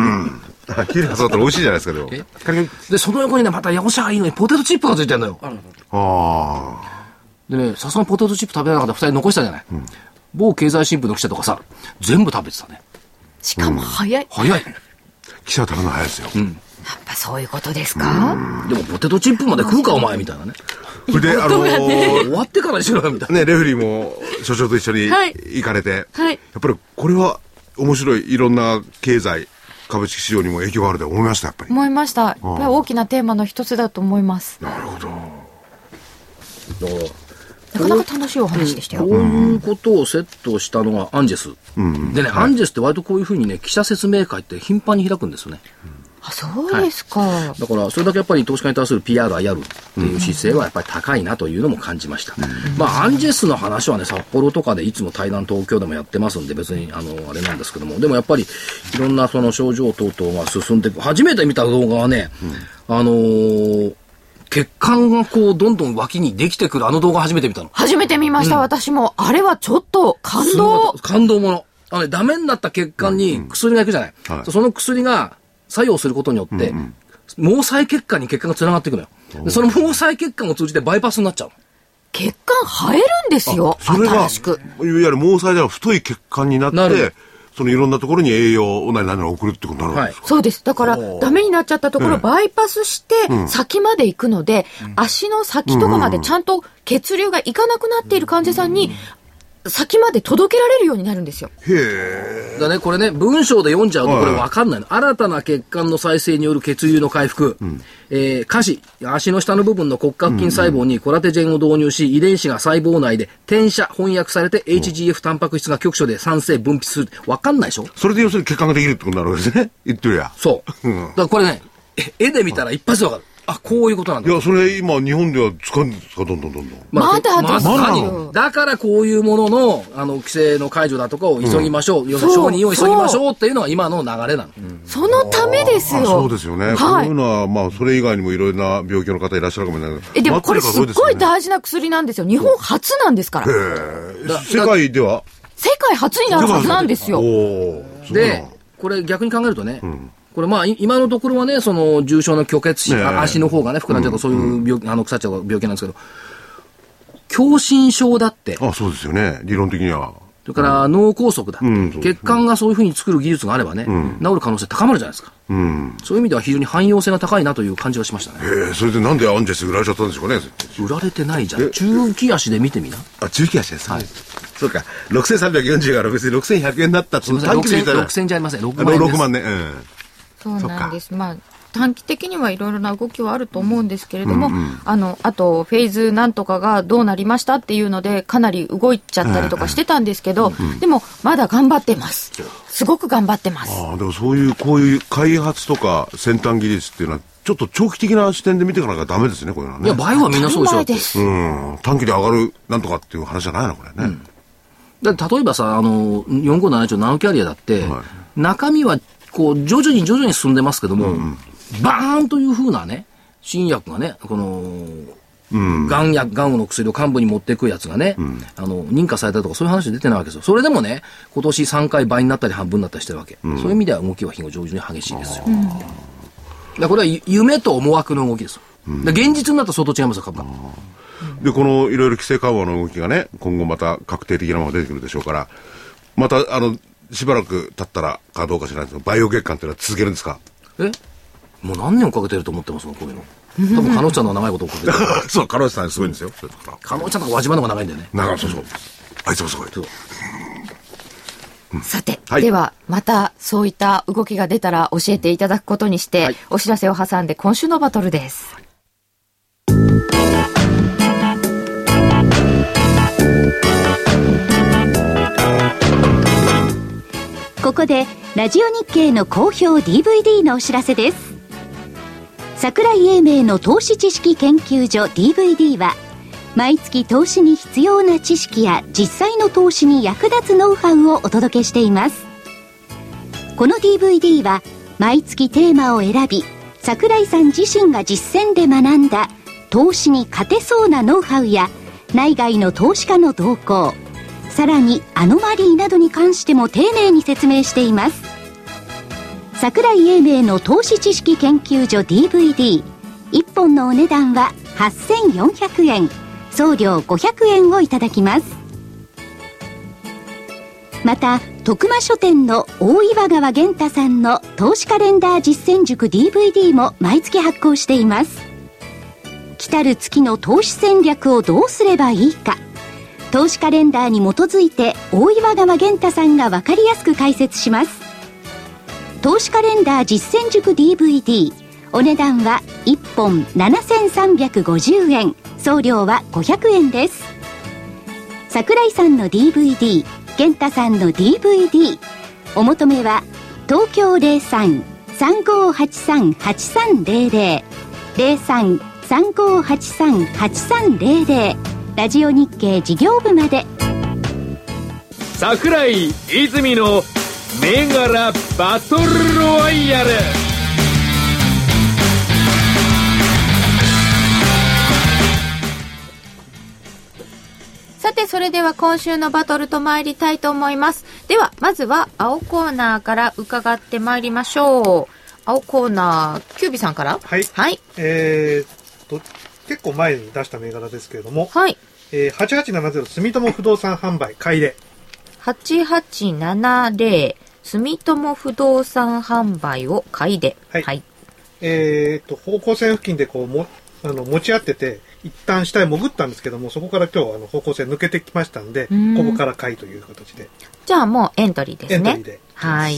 キュウリが挟まったら美味しいじゃないですか、でも。 で、その横にね、またよしゃいいのにポテトチップがついてるのよ。ああ。でね、さすがにポテトチップ食べなかったらふたり残したじゃない。うん、某経済新聞の記者とかさ、全部食べてたね。 しかも早い。 うん、早い。 記者は食べるの早いですよ。うん。 やっぱそういうことですか？ でもポテトチップまで食うかお前みたいなね。 それで、あのー、 終わってからにしろよみたいな。 ね、レフェリーも所長と一緒に行かれて、はいはい、やっぱりこれは面白い、いろんな経済、株式市場にも影響があると思いました、やっぱり。 思いました。やっぱり大きなテーマの一つだと思います。 なるほど。 だからなかなか楽しいお話でしたよ。 こういうことをセットしたのがアンジェス。うん、でね、はい、アンジェスって割とこういうふうにね、記者説明会って頻繁に開くんですよね。 あ、そうですか、はい。 だから、それだけやっぱり投資家に対する ピーアール はやるっていう姿勢はやっぱり高いなというのも感じました。うん、まあ、アンジェスの話はね、札幌とかでいつも対談東京でもやってますんで、別に、あの、あれなんですけども、でもやっぱり、いろんなその症状等々が進んでいく。初めて見た動画はね、うん、あのー、血管がこうどんどん脇にできてくるあの動画初めて見たの。 初めて見ました、うん、私も。あれはちょっと感動。 感動もの。あのね、ダメになった血管に薬がいくじゃない。うんはい、その薬が作用することによって、うんうん、毛細血管に血管がつながっていくのよ。でその毛細血管を通じてバイパスになっちゃうの。 血管生えるんですよ。 それが新しく。いわゆる毛細では太い血管になって、そのいろんなところに栄養を何々を送るってことになるんですか、 はい、そうです。だからダメになっちゃったところをバイパスして先まで行くので、うん、足の先とかまでちゃんと血流がいかなくなっている患者さんに先まで届けられるようになるんですよ。 へえ。だね、これね、文章で読んじゃうとこれ分かんないの。はい、新たな血管の再生による血流の回復、うん、えー、下肢、足の下の部分の骨格筋細胞にコラテジェンを導入し、遺伝子が細胞内で転写、翻訳されて エイチジーエフ タンパク質が局所で酸性分泌する。分かんないでしょ？ それで要するに血管ができるってことになるわけですね。言ってるや。 そう。うん、だからこれね、絵で見たら一発で分かる。あ、こういうことなんだ。 いや、それ今日本では使うんですか、どんどんどんどん。 まあ、まだですよ。だからこういうものの、あの、規制の解除だとかを急ぎましょう。うん、要するに承認を急ぎましょうっていうのが今の流れなの。うん、 そのためですよ。 そうですよね。はい、こういうのは、まあ、それ以外にもいろいろな病気の方いらっしゃるかもしれないけど。 え、でもこれすっごい大事な薬なんですよ。日本初なんですから。へ世界では世界初になるはずなんですよ。 で、これ逆に考えるとね、うんこれまあ今のところはね、その重症の虚血死、ね、足の方がね、膨らんじゃうとそういう病気、うん、あの腐っちゃう病気なんですけど、狭心症だって。 あ、そうですよね、理論的には。 それから脳梗塞だって、うん、血管がそういうふうに作る技術があればね、うん、治る可能性高まるじゃないですか。うん、そういう意味では非常に汎用性が高いなという感じがしましたね。 へえ、それでなんでアンジェス売られちゃったんでしょうかね。 売られてないじゃん。中期足で見てみな。 あ、中期足です。はい。そうか。ろくせんさんびゃくよんじゅうから別にろくせんひゃくえんになったって。 ろくせん、ろくせんじゃありません。ろくまんえんです。ろくまんね。うん。 そうなんです。まあ短期的にはいろいろな動きはあると思うんですけれども、うんうん、あのあとフェーズなんとかがどうなりましたっていうのでかなり動いちゃったりとかしてたんですけど、うんうん、でもまだ頑張ってます。すごく頑張ってます。 ああ、でもそういうこういう開発とか先端技術っていうのはちょっと長期的な視点で見ていかなきゃダメですね、こういうのはね。 いや、場合はみんなそうでしょ。 うん、短期で上がるなんとかっていう話じゃないな、これね。うん、 だ例えばさ、あのよんごーなないちナノキャリアだって、はい、中身はこう徐々に徐々に進んでますけども、うんうん、バーンというふうなね新薬がねこの、うん、がん薬がんの薬を幹部に持っていくやつがね、うん、あの認可されたとかそういう話出てないわけですよ。それでもね今年さんかい倍になったり半分になったりしてるわけ、うん、そういう意味では動きは非常に激しいですよ。うん、だこれは夢と思惑の動きですよ。うん、現実になったら相当違いますよ、株価。 でこのいろいろ規制緩和の動きがね今後また確定的なものが出てくるでしょうから、またあのしばらく経ったらかどうか知らないですけどバイオ月間っていうのは続けるんですか？ えもう何年かけてると思ってますもん、こういうの。多分、カノちゃんの長いことをかけてる。 そう、カノちゃんすごいんですよ。 カノちゃんとか輪島の方が長いんだよね。 長い、そうそう。あいつもすごい。 うん、さて、はい、では、また、そういった動きが出たら教えていただくことにして、はい、お知らせを挟んで、今週のバトルです。 ここで、ラジオ日経の好評 ディーブイディー のお知らせです。 桜井英明の投資知識研究所 ディーブイディー は毎月投資に必要な知識や実際の投資に役立つノウハウをお届けしています。この ディーブイディー は毎月テーマを選び、桜井さん自身が実践で学んだ投資に勝てそうなノウハウや内外の投資家の動向、さらにアノマリーなどに関しても丁寧に説明しています。桜井英明の投資知識研究所 ディーブイディー、 いっぽんのお値段ははっせんよんひゃくえん、送料ごひゃくえんをいただきます。また徳間書店の大岩川源太さんの投資カレンダー実践塾 ディーブイディー も毎月発行しています。来たる月の投資戦略をどうすればいいか、投資カレンダーに基づいて大岩川源太さんが分かりやすく解説します。投資カレンダー実践塾 ディーブイディー、 お値段はいっぽんななせんさんびゃくごじゅうえん、送料はごひゃくえんです。桜井さんの ディーブイディー、 源太さんの ディーブイディー、 お求めは東京 ゼロさん さんごはちさん はちさんゼロゼロ ゼロさん さんごはちさん はちさんゼロゼロ、ラジオ日経事業部まで。 桜井泉の銘柄バトルロワイヤル。 さて、それでは今週のバトルと参りたいと思います。ではまずは青コーナーから伺ってまいりましょう。青コーナー、キュービさんから。 はい、 はい、 えー、と結構前に出した銘柄ですけれども、 はい、 えー、はちはちななゼロ住友不動産販売買いではちはちななゼロ住友不動産販売を買いで、 はい、はい、えー、と方向線付近でこうもあの持ち合ってて一旦下へ潜ったんですけども、そこから今日あの方向線抜けてきましたんで、ここから買いという形で、 じゃあもうエントリーですね。 エントリーで、 はい。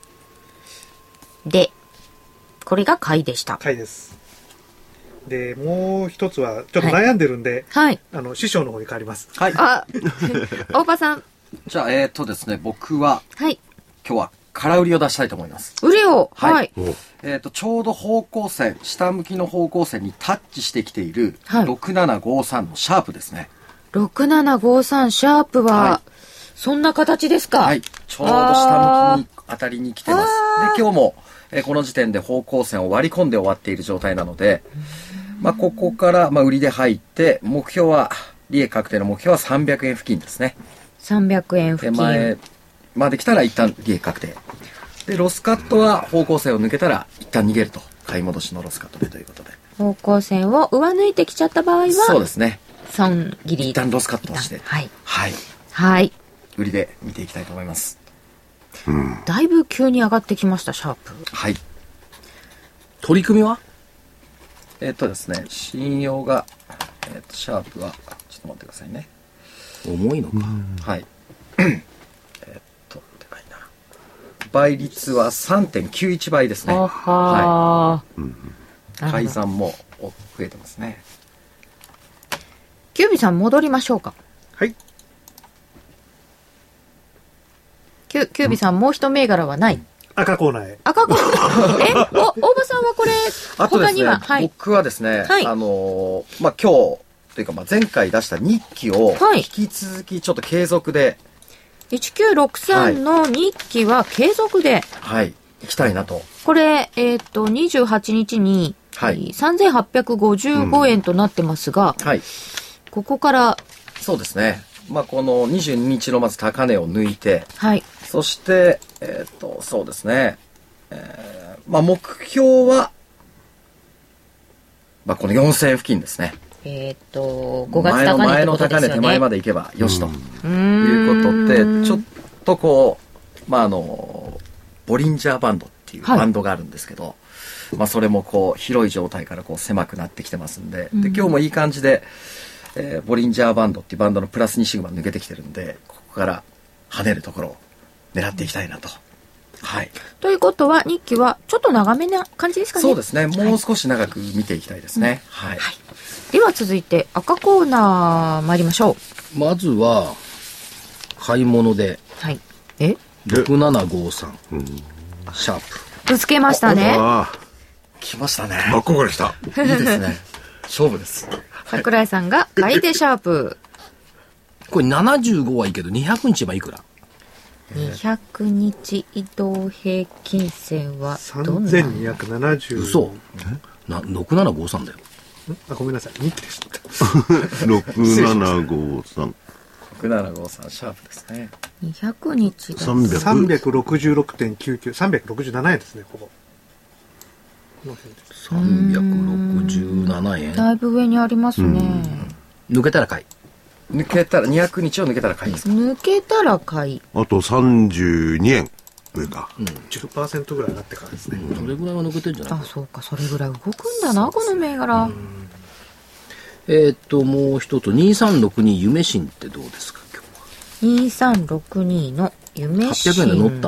でこれが買いでした。 買いです。でもう一つはちょっと悩んでるんで、 はい、 あの師匠の方に変わります。 はい。 あ大場さん。 じゃあえー、っとですね僕は、はい、今日は空売りを出したいと思います。 売りを、はい、はい、 えー、とちょうど方向線、下向きの方向線にタッチしてきている、 はい、 ろくななごさんのシャープですね。 ろくななごさんシャープは、はい、そんな形ですか。 はい、ちょうど下向きに当たりに来てます。で今日も、えー、この時点で方向線を割り込んで終わっている状態なので、まあ、ここから、まあ、売りで入って目標は利益確定の目標はさんびゃくえん付近ですね。 さんびゃくえん付近手前まで来たら一旦利益確定で、ロスカットは方向線を抜けたら一旦逃げると、買い戻しのロスカットでということで、 方向線を上抜いてきちゃった場合はそうですね、 損切り一旦ロスカットをして、 はいはい、 はい、 売りで見ていきたいと思います。 うん、だいぶ急に上がってきましたシャープ。 はい。 取り組みはえっとですね信用が、えっとシャープはちょっと待ってくださいね。 重いのか、 はいえっとでかいな。倍率は さんてんきゅういち 倍ですね。 はは、 はい、改ざんも増えてますね。 キュービさん戻りましょうか。 はい。 キュ, キュービさん、うん、もう一銘柄はない。 赤コーナーへ。 赤コーナーえお大場さんはこれあとですね、 他には、はい、 僕はですね、 はい、 あのー、まあ今日というか、まあ前回出した日記を引き続きちょっと継続で、はい、 いちきゅうろくさんの日記は継続で、 はい、行きたいなと。 これ、えっと、にじゅうはちにちに、はい、さんぜんはっぴゃくごじゅうごえんとなってますが、 うん、はい、 ここから、 そうですね、まあこのにじゅうににちのまず高値を抜いて、 はい、 そして、えっと、そうですね、えー、まあ目標は、まあこのよんせんえん付近ですね。 えっと、ごがつ高値ってことですよね。前の高値手前まで行けばよしということで、ちょっとこう、まああの、ボリンジャーバンドっていうバンドがあるんですけど、はい、まあそれもこう広い状態からこう狭くなってきてますんで、で今日もいい感じで、えー、ボリンジャーバンドっていうバンドのプラスにシグマ抜けてきてるんで、ここから跳ねるところを狙っていきたいなと。はい。 ということは日記はちょっと長めな感じですかね。 そうですね。もう少し長く見ていきたいですね。はい。はいはい、 では続いて赤コーナー参りましょう。まずは買い物で、 はい、えろくななごさん、うん、シャープぶつけましたね。 来ましたね。 真っ向から来た。 いいですね。勝負です。 桜井さんが買いでシャープ。 これななじゅうごはいいけどにひゃくにちはいくら？ にひゃくにち移動平均線はどんな？ さんぜんにひゃくななじゅう。 嘘。なろくななごさんだよ。 あ、ごめんなさい。にでした。 ろくななごさん。 ろくななごさんシャープですね。 にひゃくにちがさんびゃくろくじゅうろくてんきゅうきゅう、さんびゃくろくじゅうななえんですね、ほぼ。 さんびゃくろくじゅうななえん。 だいぶ上にありますね。 抜けたら買い。 抜けたら、にひゃくにちを抜けたら買いです。 抜けたら買い。 あとさんじゅうにえん上か。 じゅっパーセント ぐらい上がってからですね。 それぐらいは抜けてんじゃない？ あ、そうか、それぐらい動くんだな、この銘柄。 えーっと、もう一つ、にさんろくに夢新ってどうですか、今日は。 にさんろくにの夢新。 はっぴゃくえんで乗った。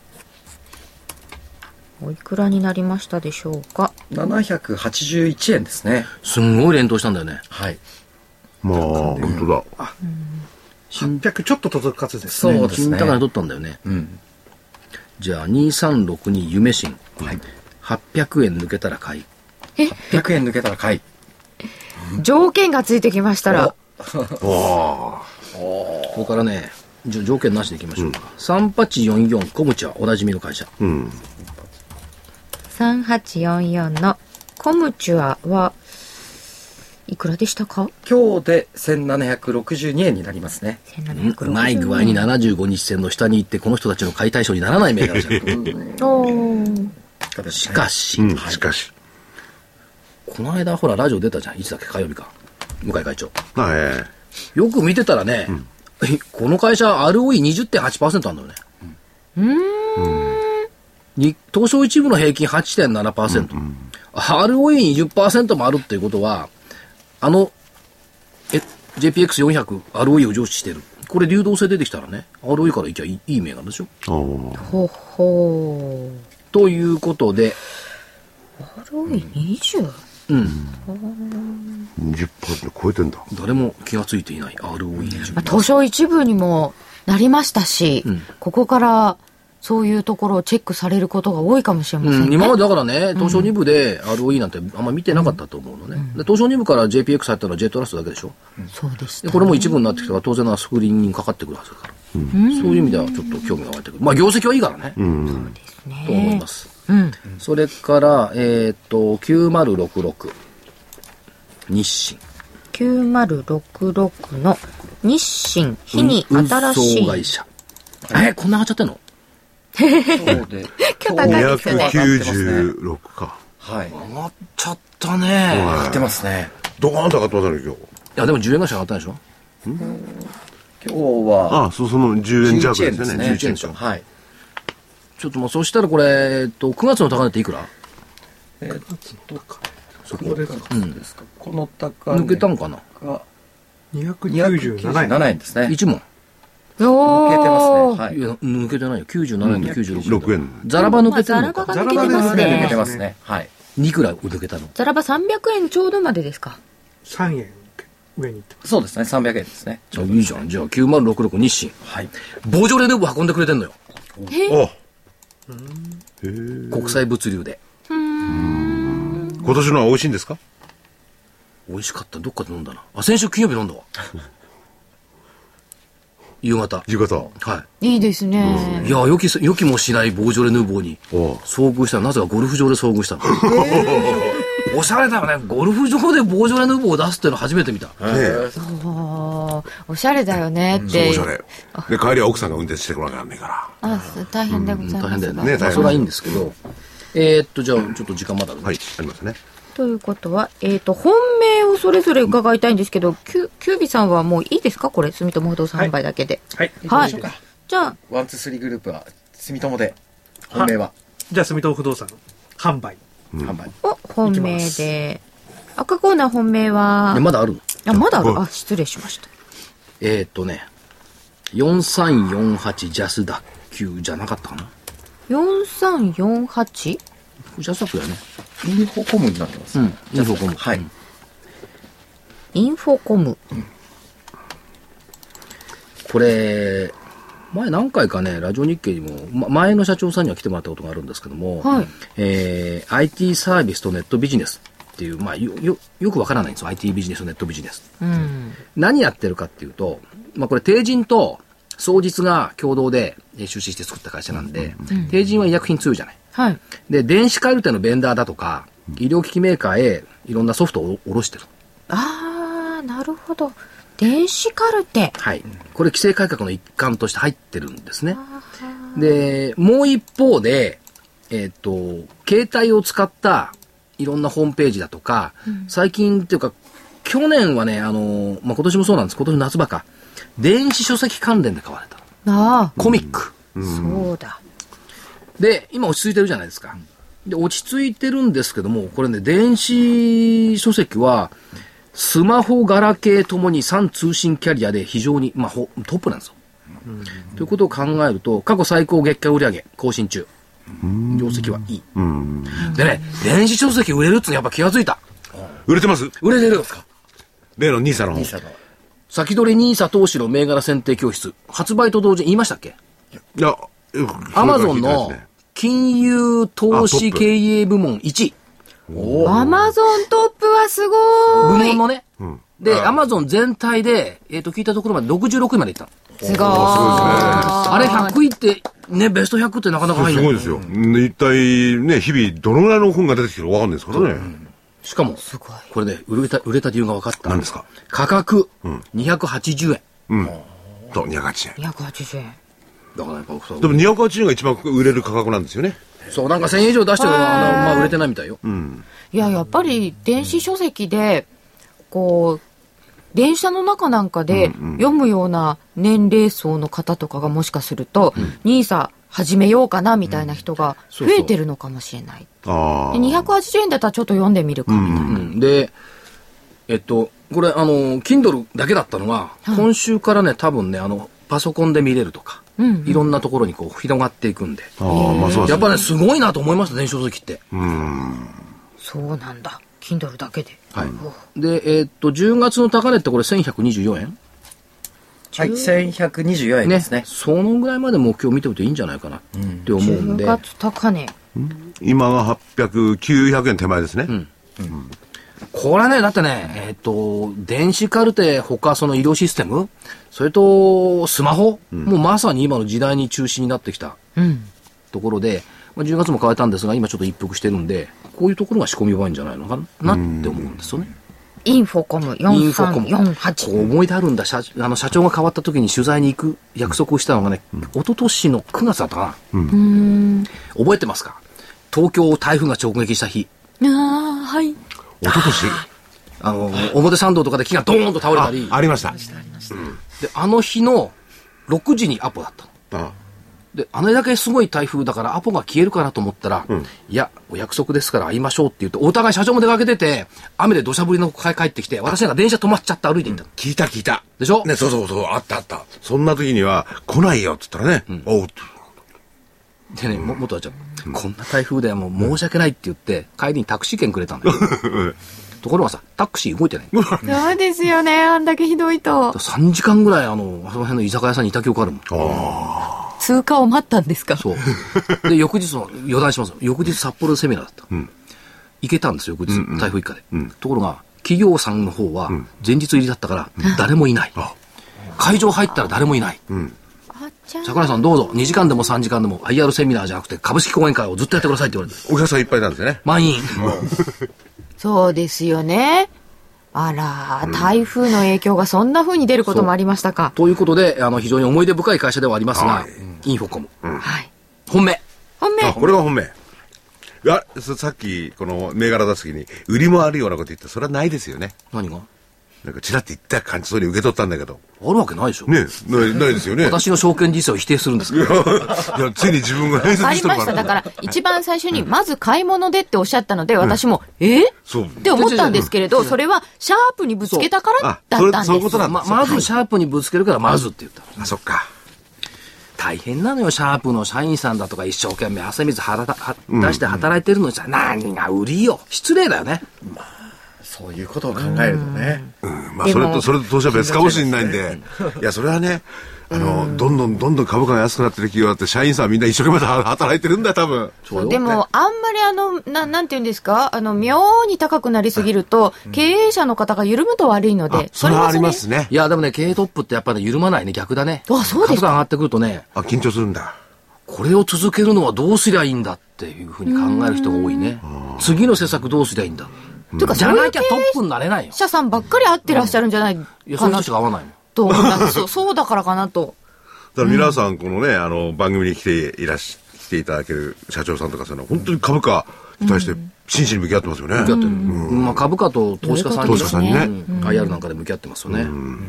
おいくらになりましたでしょうか。 ななひゃくはちじゅういちえんですね。 すんごい連投したんだよね。 はい。 まあ、本当だ。 はっぴゃくちょっと届かずですね。 そうですね。 金高値取ったんだよね。 うん。 じゃあ、にさんろくに夢新。 はい。 はっぴゃくえん抜けたら買い。 はっぴゃくえん抜けたら買い。 条件がついてきましたら。 わあ。 それからね、じゃ条件なしでいきましょうか。さんはちよんよん小口はおなじみの会社。 うん。 さんはちよんよんのコムチュアはいくらでしたか？ 今日でせんななひゃくろくじゅうにえんになりますね。 うまい具合にななじゅうごにち線の下に行ってこの人たちの買い対象にならない銘柄じゃん。 おー。 しかし、 うん、しかし。 この間ほらラジオ出たじゃん。いつだっけ、火曜日か。向井会長。 あえよく見てたらね、えこの会社 アールオーイーにじゅってんはちパーセント あるんだよね。 うーん。 に東証一部の平均 はちてんななパーセント、うんうん、アールオーイーにじゅっパーセント もあるっていうことはあのえ ジェーピーエックスよんひゃく アールオーイー を上司してる。これ流動性出てきたらね アールオーイー からいきゃいい、いい銘柄でしょ。 ほほーということでアールオーイーにじゅう？ うん、 にじゅっパーセント 超えてんだ。 誰も気がついていない アールオーイーにじゅう。 東証一部にもなりましたし、うん、ここからそういうところをチェックされることが多いかもしれませんね。 うん、今までだからね、東証に部で アールオーイー なんてあんま見てなかったと思うのね。うん、で東証に部から ジェーピーエックス 入ったのは J トラストだけでしょ。 うん、そうでした、ね。 でこれも一部になってきたから当然なスクリーンにかかってくるはずだから、うん、そういう意味ではちょっと興味が湧いてくる。まあ業績はいいからね。うん、そうですね。と思います。うん、それから、えっと、きゅうまるろくろく。日清。 きゅうまるろくろくの日清、日に新しい。 運送会社。え、こんな上がっちゃってんの？ そうで。 今日高いですよね。 にひゃくきゅうじゅうろくか。 はい。 上がっちゃったね。 上がってますね。 ドカーンと上がってますね、今日。 いや、でもじゅうえんがしか上がったんでしょ？ 今日は。 あ、そう、そのじゅうえん弱ですよね。 じゅういちえんでしょ。 はい。 ちょっともうそしたらこれ、えっと、くがつの高値っていくら？ えー、っと、そこですか。うん。この高値抜けたんかな？ にひゃくきゅうじゅうななえんですね。 いちもん。 抜けてますね。はい。 いや、抜けてないよ。きゅうじゅうななえんときゅうじゅうろくえん。 ろくえん。 ザラバ抜けてるのか。 ザラバが抜けてますね。 抜けてますね。はい。 いくら抜けたの？ ザラバさんびゃくえんちょうどまでですか？ さんえん上に行ってます。 そうですね。さんびゃくえんですね。 じゃあいいじゃん。じゃあきゅうまるろくろく日清。 はい。 ボージョレ・ヌーボー運んでくれてんのよ。 あ、 国際物流で。 今年のは美味しいんですか？ 美味しかった。どっかで飲んだな。あ、先週金曜日飲んだわ。夕方。 夕方。 はい。いいですね。 いや、予期、予期もしないボージョレ・ヌーボーに遭遇したら、なぜかゴルフ場で遭遇したの。おしゃれだよね。ゴルフ場でボージョレ・ヌーボーを出すっていうの初めて見た。 そう。おしゃれだよねって。 そうおしゃれ。で、帰りは奥さんが運転してこなきゃなんねえから。 あ、大変でございます。 大変だよね。それはいいんですけど。えーっと、じゃあ、ちょっと時間まだあるね。 はい、ありますね。 ということは、えっ、ー、と、本命をそれぞれ伺いたいんですけど、キュキュービさんはもういいですか？これ、住友不動産販売だけで。 はい。 はい。はい、じゃあ、 ワン、ツー、スリーグループは、住友で、本命はじゃあ、住友不動産、販売。 うん、販売。 お、本命で。赤コーナー本命は、 まだあるの？ あ、まだある。あ、失礼しました。 えー、っとね、よんさんよんはちジャス脱臼じゃなかったかな？ よんさんよんはち？ ジャス脱臼だよね。 インフォコムになってます。 うん、インフォコム。 はい。 インフォコム。うん、 これ、 前何回かね、ラジオ日経にも、ま、前の社長さんには来てもらったことがあるんですけども、はい、えー、アイティー サービスとネットビジネスっていう、まあ、よ、よ、よくわからないんですよ。アイティー ビジネスとネットビジネス。うん、何やってるかっていうと、まあ、これ、帝人と双日が共同で出資して作った会社なんで、うん、帝人は医薬品強いじゃない。はい。で、電子カルテのベンダーだとか、医療機器メーカーへいろんなソフトを卸してる。 あー、なるほど。電子カルテ。 はい。これ規制改革の一環として入ってるんですね。で、もう一方で、えっと、携帯を使ったいろんなホームページだとか、うん、最近っていうか、去年はね、あの、まあ、今年もそうなんです。今年の夏場か。電子書籍関連で買われた。 ああ。 コミック。 うん、そうだ。 で、今落ち着いてるじゃないですか。で、落ち着いてるんですけども、これね、電子書籍は、スマホ、ガラケーともにさん通信キャリアで非常に、まあ、トップなんですよ。うん、ということを考えると、過去最高月間売上更新中。業績はいい。うん、でね、電子書籍売れるってのやっぱ気がついた。 売れてます？ 売れてるんですか？ 例のニーサの方。 先取りニーサ投資の銘柄選定教室。発売と同時に言いましたっけ？ いや、 アマゾンの金融投資経営部門いちい。 アマゾントップはすごい。部門のね。うん、で、アマゾン全体で、えっ、ー、と、聞いたところまでろくじゅうろくいまでいったの。 すごい。すごいですね。 あれひゃくいって、ね、ベストひゃくってなかなか入んない。 すごいですよ。一体ね、日々どのぐらいの本が出てきてるかわかんないですからね。うん、 しかも、すごい。これね、売れた、売れた理由が分かった。 何ですか？ 価格、うん、にひゃくはちじゅうえん。うん。 そう、にひゃくはちじゅうえん。 にひゃくはちじゅうえん。 だからやっぱそう。 でもにひゃくはちじゅうえんが一番売れる価格なんですよね。 そう、なんかせんえん以上出してるのは、まあ売れてないみたいよ。うん。 いや、やっぱり電子書籍で、こう、電車の中なんかで読むような年齢層の方とかがもしかすると、うん、ニーサ始めようかなみたいな人が増えてるのかもしれない。うん、そうそうでにひゃくはちじゅうえんだったらちょっと読んでみるかみたいな。うんうん、 で、えっと、これ、あの、Kindle だけだったのが、はい、今週からね、多分ね、あの、パソコンで見れるとか、うんうん、いろんなところにこう広がっていくんで。あまあそうですね、やっぱね、すごいなと思いました、電子書籍って。うん。 そうなんだ。Kindle だけで。 はい。で、えー、っと、じゅうがつの高値ってこれせんひゃくにじゅうよえん？ はい、せんひゃくにじゅうよえんですね。ね、 そのぐらいまで目標見ておいていいんじゃないかなって思うんで。 じゅうがつ高値。 今がはっぴゃく、きゅうひゃくえん手前ですね。うん。うん、 これね、だってね、えー、っと、電子カルテ、他その医療システム、それとスマホ、うん、もうまさに今の時代に中心になってきたところで、まあ、じゅうがつも変えたんですが、今ちょっと一服してるんで、こういうところが仕込み場合んじゃないのかなって思うんですよね。 インフォコムよんさんよんはち。 こう思い出あるんだ。社、あの社長が変わった時に取材に行く約束をしたのがね、うん、一昨年のくがつだったかな。うん、覚えてますか？東京を台風が直撃した日。 ああ、はい。 一昨年あの、表参道とかで木がドーンと倒れたり。 あ、ありました。 で、あの日のろくじにアポだったの。ああで、あれだけすごい台風だからアポが消えるかなと思ったら、うん、いや、お約束ですから会いましょうって言って、お互い社長も出かけてて、雨で土砂降りの帰ってきて、私なんか電車止まっちゃって歩いていった、うん、 聞いた聞いた。 でしょ？ ね、そうそうそう、あったあった。そんな時には、来ないよって言ったらね、うん、おう。 でね、も、元はちゃん、うん、こんな台風ではもう申し訳ないって言って、帰りにタクシー券くれたんだよ。ところがさ、タクシー動いてない。 そうですよね、あんだけひどいと。 さんじかんぐらい、あの、その辺の居酒屋さんにいた記憶あるもん。ああ。通過を待ったんですか？ そう。で、翌日の、予断しますよ。翌日札幌でセミナーだった。うん、行けたんですよ、翌日、うんうん、台風一過で、うん。ところが、企業さんの方は、前日入りだったから、誰もいない。うん、会場入ったら誰もいない。うん、桜井さんどうぞ、にじかんでもさんじかんでも アイアール セミナーじゃなくて、株式講演会をずっとやってくださいって言われて。 お客さんいっぱいなんですよね。 満員。 そうですよね。あら、台風の影響がそんな風に出ることもありましたか。 ということで、あの、非常に思い出深い会社ではありますが、はい、インフォコム。うん、はい。本命。 本命。 これが本命。あ、さっき、この銘柄出す時に、売りもあるようなこと言ったら、それはないですよね。 何が？ なんか、ちらって言った感じそうに受け取ったんだけど。 あるわけないでしょ。 ねない、ないですよね。 私の証券実績を否定するんですか？ いや、ついに自分が変説してるから。ありました。だから、一番最初に、まず買い物でっておっしゃったので、私も、うん、えそう。って思ったんですけれど、それは、シャープにぶつけたからだったんです。 そういうことなんだ。 ま、まず、シャープにぶつけるから、まずって言った。 あ、そっか。 大変なのよ、シャープの社員さんだとか一生懸命汗水はら出して働いてるのにさ、うん、何が売りよ。失礼だよね。まあ、 そういうことを考えるとね。 うん、まあ、それと、それと投資は別かもしれないんで、いや、それはね、あの、どんどんどんどん株価が安くなってる企業だって、社員さんみんな一生懸命働いてるんだよ、多分。 そうでも、あんまりあの、な、なんていうんですか、あの、妙に高くなりすぎると、うん、経営者の方が緩むと悪いので、 それはありますね。 いや、でもね、経営トップってやっぱり、ね、緩まないね、逆だね。 あ、そうですか。 株価上がってくるとね。 あ、緊張するんだ。 これを続けるのはどうすりゃいいんだっていうふうに考える人が多いね。次の施策どうすりゃいいんだ。 というか、 じゃなきゃトップになれないよ。 社さんばっかり会ってらっしゃるんじゃないかな。 いや、そういう人しか会わないもん。 と思ったんですよ。そうだからかなと。 だから皆さん、このね、あの、番組に来ていらし、来ていただける社長さんとかそういうのは、本当に株価に対して真摯に向き合ってますよね。向き合ってる。うん、まあ、 株価と投資家さんに、 投資家さんにね、 うん、アイアール なんかで向き合ってますよね。うん、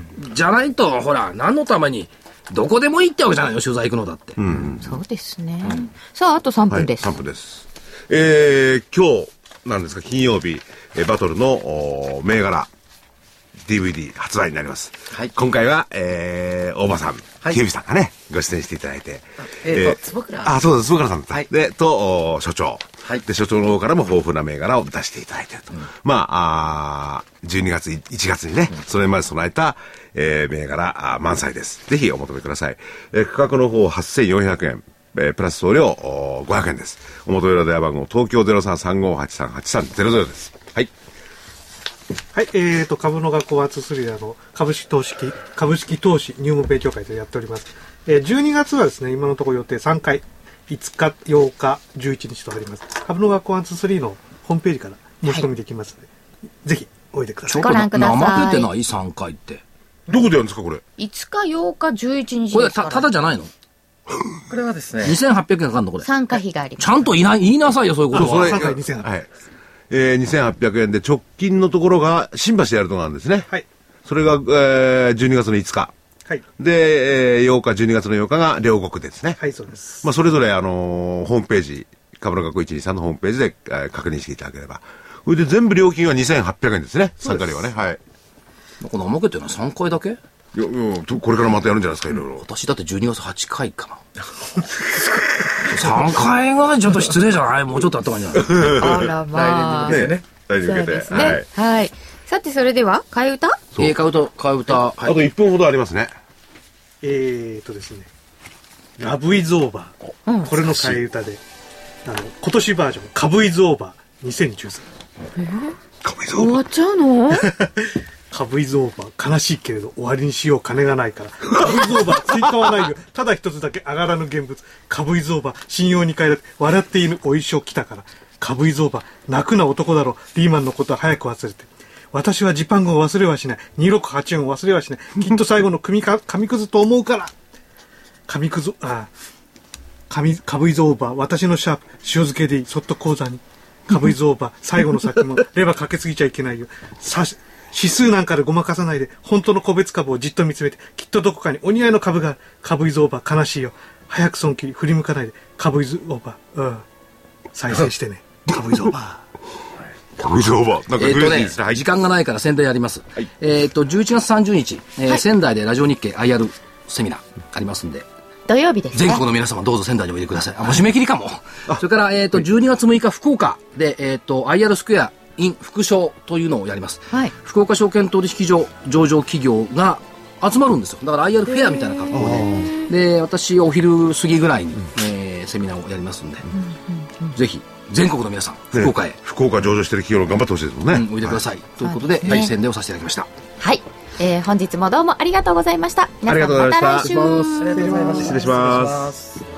じゃないと、ほら、何のために、どこでもいいってわけじゃないよ、取材行くのだって。 うん、そうですね。うん、さあ、あとさんぷんです。 はい、さんぷんです。えー、今日なんですか、金曜日、えバトルの銘柄 ディーブイディー 発売になります。はい、今回は、えー、大場さん、はい、警備さんがね、ご出演していただいて。 えーと、えー、坪倉。 あ、そうです、坪倉さん、はい、で、と、所長。はい。で、所長の方からも豊富な銘柄を出していただいていると。うん、まあ、あじゅうにがつ、いちがつにね、うん、それまで備えた、えー、銘柄満載です。ぜひお求めください。えー、価格の方はっせんよんひゃくえん。えー、プラス送料ごひゃくえんです。お求めの電話番号、東京 ゼロさんさんごはちさんはちさんゼロゼロ です。はい。 はい、えーと、株の学校ワンツースリーの株式投資、株式投資入門勉強会でやっております。えー、じゅうにがつはですね、今のところ予定さんかい、いつか、ようか、じゅういちにちとあります。株の学校ワンツースリーのホームページから申し込みできますので、はい、ぜひおいでください。 ご覧ください。 怠けてないさんかいって。 どこでやるんですか、これ。 いつか、ようか、じゅういちにちこれですから。 た、ただじゃないのこれはですね。 にせんはっぴゃくえんかかるのこれ。 参加費があります。 ちゃんと言いな、言いなさいよ、そういうことは。 それ、 さんかいにせんはっぴゃくえん。はい。 えー、にせんはっぴゃくえんで直近のところが新橋でやるところなんですね。はい。それが、えー、じゅうにがつのいつか。はい。で、えー、ようか、じゅうにがつのようかが両国ですね。 はい、そうです。 まあ、それぞれ、あのー、ホームページ、株の学校いちにさんのホームページで、えー、確認していただければ。それで全部料金はにせんはっぴゃくえんですね。参加料はね。はい。 この怠けてるのはさんかいだけ？ いや、うん、これからまたやるんじゃないですか、いろいろ。 私だってじゅうにがつはちかいかな。さんかいがちょっと失礼じゃない？もうちょっとあった方がいいんじゃない？ あらまあ。 来年に向けてね。来年に向けて。 そうですね。はい。はい。さて、それでは、替え歌？ えー、替え歌、替え歌。はい。 あといっぷんほどありますね。 えーとですね、ラブイズオーバー。うん、これの替え歌で、あの、今年バージョン、カブイズオーバーにせんじゅうさん。 えー、 カブイズオーバー。 終わっちゃうの？ カブイズオーバー、悲しいけれど終わりにしよう金がないから。カブイズオーバー、追加はないよ。ただ一つだけ上がらぬ現物。カブイズオーバー、信用にかいだって、笑っているお衣装来たから。カブイズオーバー、泣くな男だろ。リーマンのことは早く忘れて。私はジパンゴを忘れはしない。にろくはちよんを忘れはしない。きっと最後の組か、紙くずと思うから。紙くず、ああ。紙、カブイズオーバー、私のシャープ、塩漬けでいい。そっと口座に。カブイズオーバー、最後の先も、レバーかけすぎちゃいけないよ。さし、指数なんかでごまかさないで、本当の個別株をじっと見つめて、きっとどこかにお似合いの株がある。株イズオーバー、悲しいよ。早く損切り、振り向かないで。株イズオーバー、うん。再生してね。株イズオーバー。 株イズオーバー。なんかえっとね、はい、時間がないから宣伝やります。はい、えっと、じゅういちがつさんじゅうにち、えーはい、仙台でラジオ日経 アイアール セミナーありますんで。 土曜日ですね。 全国の皆様どうぞ仙台においでください。あ、もう締め切りかも。それから、えっと、じゅうにがつむいか福岡で、えっと、アイアール スクエア、in 副賞というのをやります、はい、福岡証券取引所上場企業が集まるんですよ。だから アイアール フェアみたいな格好で、で私お昼過ぎぐらいに、えー、セミナーをやりますんで、うんうんうん、ぜひ全国の皆さん福岡へ、ね、 福岡上場してる企業頑張ってほしいですもんね、 うん、おいでください、はい、ということで、はい、宣伝をさせていただきました。 はい、えー、本日もどうもありがとうございました。皆さんまた来週。 ありがとうございました。失礼します。